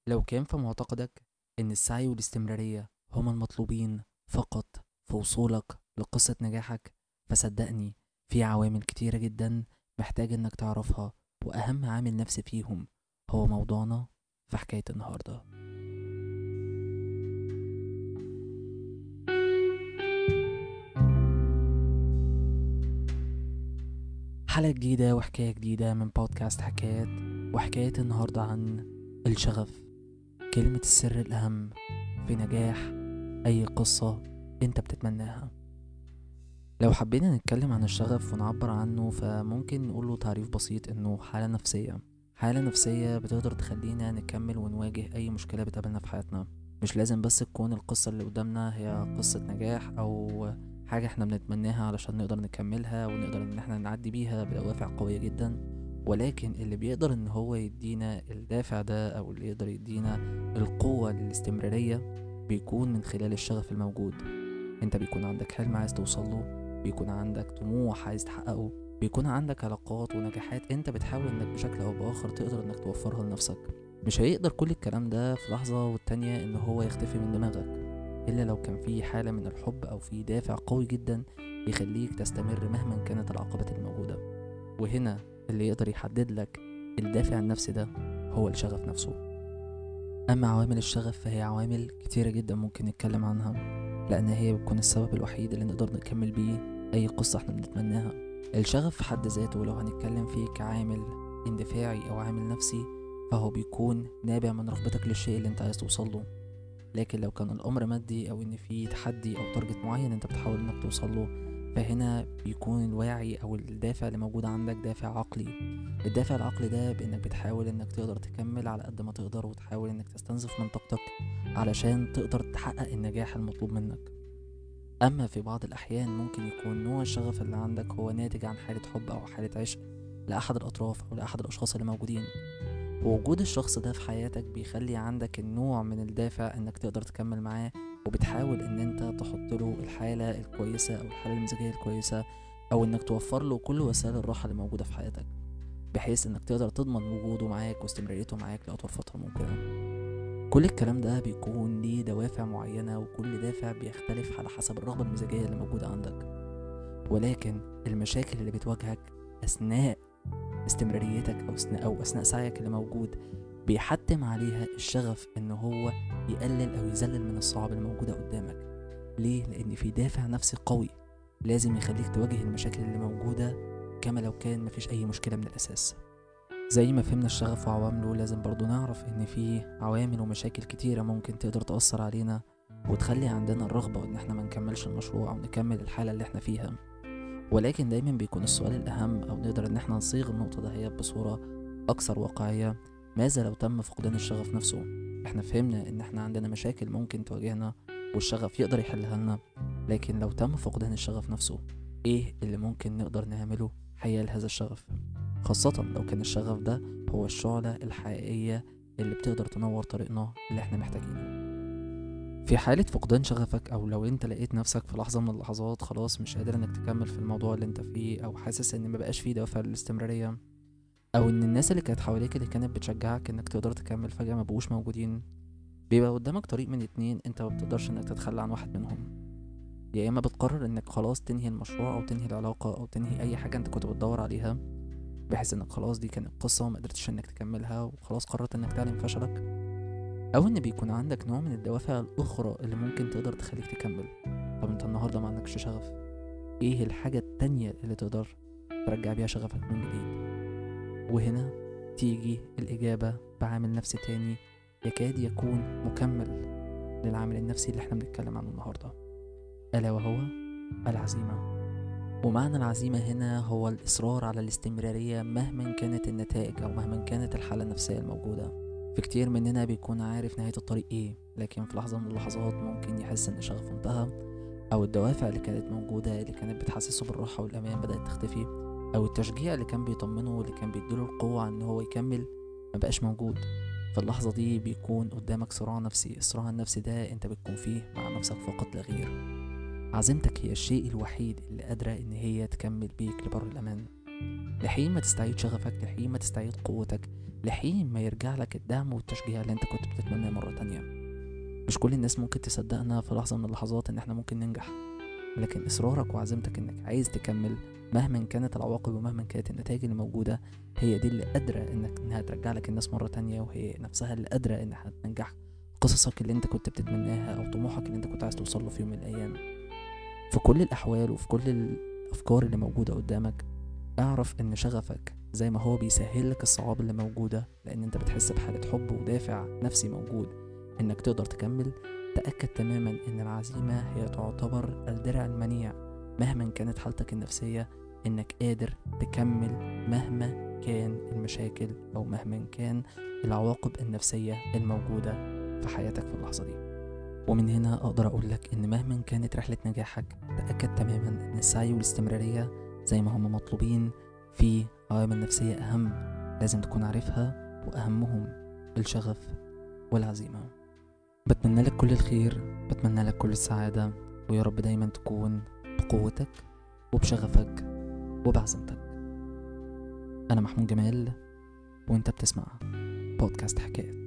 لو كان في معتقدك إن السعي والاستمرارية هما المطلوبين فقط في وصولك لقصة نجاحك، فصدقني في عوامل كتيرة جدا محتاج إنك تعرفها، وأهم عامل نفسي فيهم هو موضوعنا في حكاية النهاردة. حلقة جديدة وحكاية جديدة من بودكاست حكايات. وحكاية النهاردة عن الشغف، كلمة السر الأهم في نجاح أي قصة أنت بتتمناها. لو حبينا نتكلم عن الشغف ونعبر عنه فممكن نقوله تعريف بسيط إنه حالة نفسية بتقدر تخلينا نكمل ونواجه أي مشكلة بتقابلنا في حياتنا. مش لازم بس تكون القصة اللي قدامنا هي قصة نجاح أو حاجة احنا بنتمناها علشان نقدر نكملها ونقدر ان احنا نعدي بيها بدوافع قوية جدا، ولكن اللي بيقدر ان هو يدينا الدافع ده او اللي يقدر يدينا القوة للاستمرارية بيكون من خلال الشغف الموجود. انت بيكون عندك حلم عايز توصله، بيكون عندك طموح عايز تحققه، بيكون عندك علاقات ونجاحات انت بتحاول انك بشكل او باخر تقدر انك توفرها لنفسك. مش هيقدر كل الكلام ده في لحظة والتانية ان هو يختفي من دماغك الا لو كان في حالة من الحب او في دافع قوي جدا يخليك تستمر مهما كانت العقبات الموجودة. وهنا اللي يقدر يحدد لك الدافع النفسي ده هو الشغف نفسه. اما عوامل الشغف فهي عوامل كتيرة جدا ممكن نتكلم عنها، لان هي بتكون السبب الوحيد اللي نقدر نكمل بيه اي قصة احنا بنتمناها. الشغف في حد ذاته لو هنتكلم فيه كعامل اندفاعي او عامل نفسي فهو بيكون نابع من رغبتك للشيء اللي انت عايز توصله. لكن لو كان الامر مادي او ان في تحدي او تارجت معين انت بتحاول انك توصله، فهنا بيكون الواعي او الدافع اللي موجود عندك دافع عقلي. الدافع العقلي ده بانك بتحاول انك تقدر تكمل على قد ما تقدر وتحاول انك تستنزف من طاقتك علشان تقدر تحقق النجاح المطلوب منك. اما في بعض الاحيان ممكن يكون نوع الشغف اللي عندك هو ناتج عن حالة حب او حالة عشق لاحد الاطراف او لاحد الاشخاص اللي موجودين. ووجود الشخص ده في حياتك بيخلي عندك النوع من الدافع انك تقدر تكمل معاه، وبتحاول ان انت تحط له الحالة الكويسة او الحالة المزاجية الكويسة، او انك توفر له كل وسائل الراحة اللي موجودة في حياتك، بحيث انك تقدر تضمن وجوده معاك واستمراريته معاك لأطول فترة ممكنة. كل الكلام ده بيكون ليه دوافع معينة، وكل دافع بيختلف على حسب الرغبة المزاجية اللي موجودة عندك. ولكن المشاكل اللي بتواجهك أثناء استمراريتك أو أثناء سعيك اللي موجود بيحتم عليها الشغف إن هو يقلل أو يذلل من الصعاب الموجودة قدامك. ليه؟ لأن في دافع نفسي قوي لازم يخليك تواجه المشاكل اللي موجودة كما لو كان مفيش أي مشكلة من الأساس. زي ما فهمنا الشغف وعوامله لازم برضو نعرف إن في عوامل ومشاكل كتيرة ممكن تقدر تأثر علينا وتخلي عندنا الرغبة إن احنا منكملش المشروع أو نكمل الحالة اللي احنا فيها. ولكن دايما بيكون السؤال الأهم أو نقدر إن احنا نصيغ النقطة دهيت بصورة أكثر واقعية: ماذا لو تم فقدان الشغف نفسه؟ احنا فهمنا إن احنا عندنا مشاكل ممكن تواجهنا والشغف يقدر يحلها لنا، لكن لو تم فقدان الشغف نفسه ايه اللي ممكن نقدر نعمله حيال هذا الشغف؟ خاصة لو كان الشغف ده هو الشعلة الحقيقية اللي بتقدر تنور طريقنا اللي احنا محتاجينه. في حالة فقدان شغفك أو لو أنت لقيت نفسك في لحظة من اللحظات خلاص مش قادر إنك تكمل في الموضوع اللي أنت فيه، أو حاسس إن مبقاش فيه دوافع للاستمرارية، أو إن الناس اللي كانت حواليك اللي كانت بتشجعك إنك تقدر تكمل فجأة مبقوش موجودين، بيبقى قدامك طريق من اتنين أنت مبتقدرش إنك تتخلى عن واحد منهم. يا إما بتقرر إنك خلاص تنهي المشروع أو تنهي العلاقة أو تنهي أي حاجة أنت كنت بتدور عليها، بحيث إنك خلاص دي كانت قصة ومقدرتش إنك تكملها وخلاص قررت إنك تعلن فشلك، او ان بيكون عندك نوع من الدوافع الاخرى اللي ممكن تقدر تخليك تكمل. طب انت النهارده ما عندكش شغف، ايه الحاجة التانية اللي تقدر ترجع بيها شغفك من جديد؟ وهنا تيجي الإجابة بعامل نفسي تاني يكاد يكون مكمل للعامل النفسي اللي احنا بنتكلم عنه النهاردة، ألا وهو العزيمة. ومعنى العزيمة هنا هو الإصرار على الاستمرارية مهما كانت النتائج أو مهما كانت الحالة النفسية الموجودة. في كتير مننا بيكون عارف نهاية الطريق ايه، لكن في لحظة من اللحظات ممكن يحس ان شغفه انتهى، او الدوافع اللي كانت موجودة اللي كانت بتحسسه بالراحة والامان بدأت تختفي، او التشجيع اللي كان بيطمنه واللي كان بيديله القوة عن ان هو يكمل مبقاش موجود. في اللحظة دي بيكون قدامك صراع نفسي، الصراع النفسي ده انت بتكون فيه مع نفسك فقط لا غير. عزيمتك هي الشيء الوحيد اللي قادرة ان هي تكمل بيك لبر الامان، لحين ما تستعيد شغفك، لحين ما تستعيد قوتك، لحين ما يرجع لك الدعم والتشجيع اللي انت كنت بتتمناه مرة تانية. مش كل الناس ممكن تصدقنا في لحظة من اللحظات ان احنا ممكن ننجح، لكن اصرارك وعزيمتك انك عايز تكمل مهما كانت العواقب ومهما كانت النتائج اللي موجودة، هي دي اللي قادرة انها ترجع لك الناس مرة تانية، وهي نفسها اللي قادرة انها تنجح قصصك اللي انت كنت بتتمناها او طموحك اللي انت كنت عايز توصله في يوم من الايام. في كل الاحوال وفي كل الافكار اللي موجودة قدامك، اعرف ان شغفك زي ما هو بيسهل لك الصعاب اللي موجودة، لان انت بتحس بحالة حب ودافع نفسي موجود انك تقدر تكمل. تأكد تماما ان العزيمة هي تعتبر الدرع المنيع مهما كانت حالتك النفسية، انك قادر تكمل مهما كان المشاكل او مهما كان العواقب النفسية الموجودة في حياتك في اللحظة دي. ومن هنا اقدر اقولك ان مهما كانت رحلة نجاحك، تأكد تماما ان السعي والاستمرارية زي ما هم مطلوبين في عوامل نفسية اهم لازم تكون عارفها، واهمهم الشغف والعزيمة. بتمنى لك كل الخير، بتمنى لك كل السعادة، ويا رب دايما تكون بقوتك وبشغفك وبعزمتك. أنا محمود جمال، وانت بتسمع بودكاست حكايات.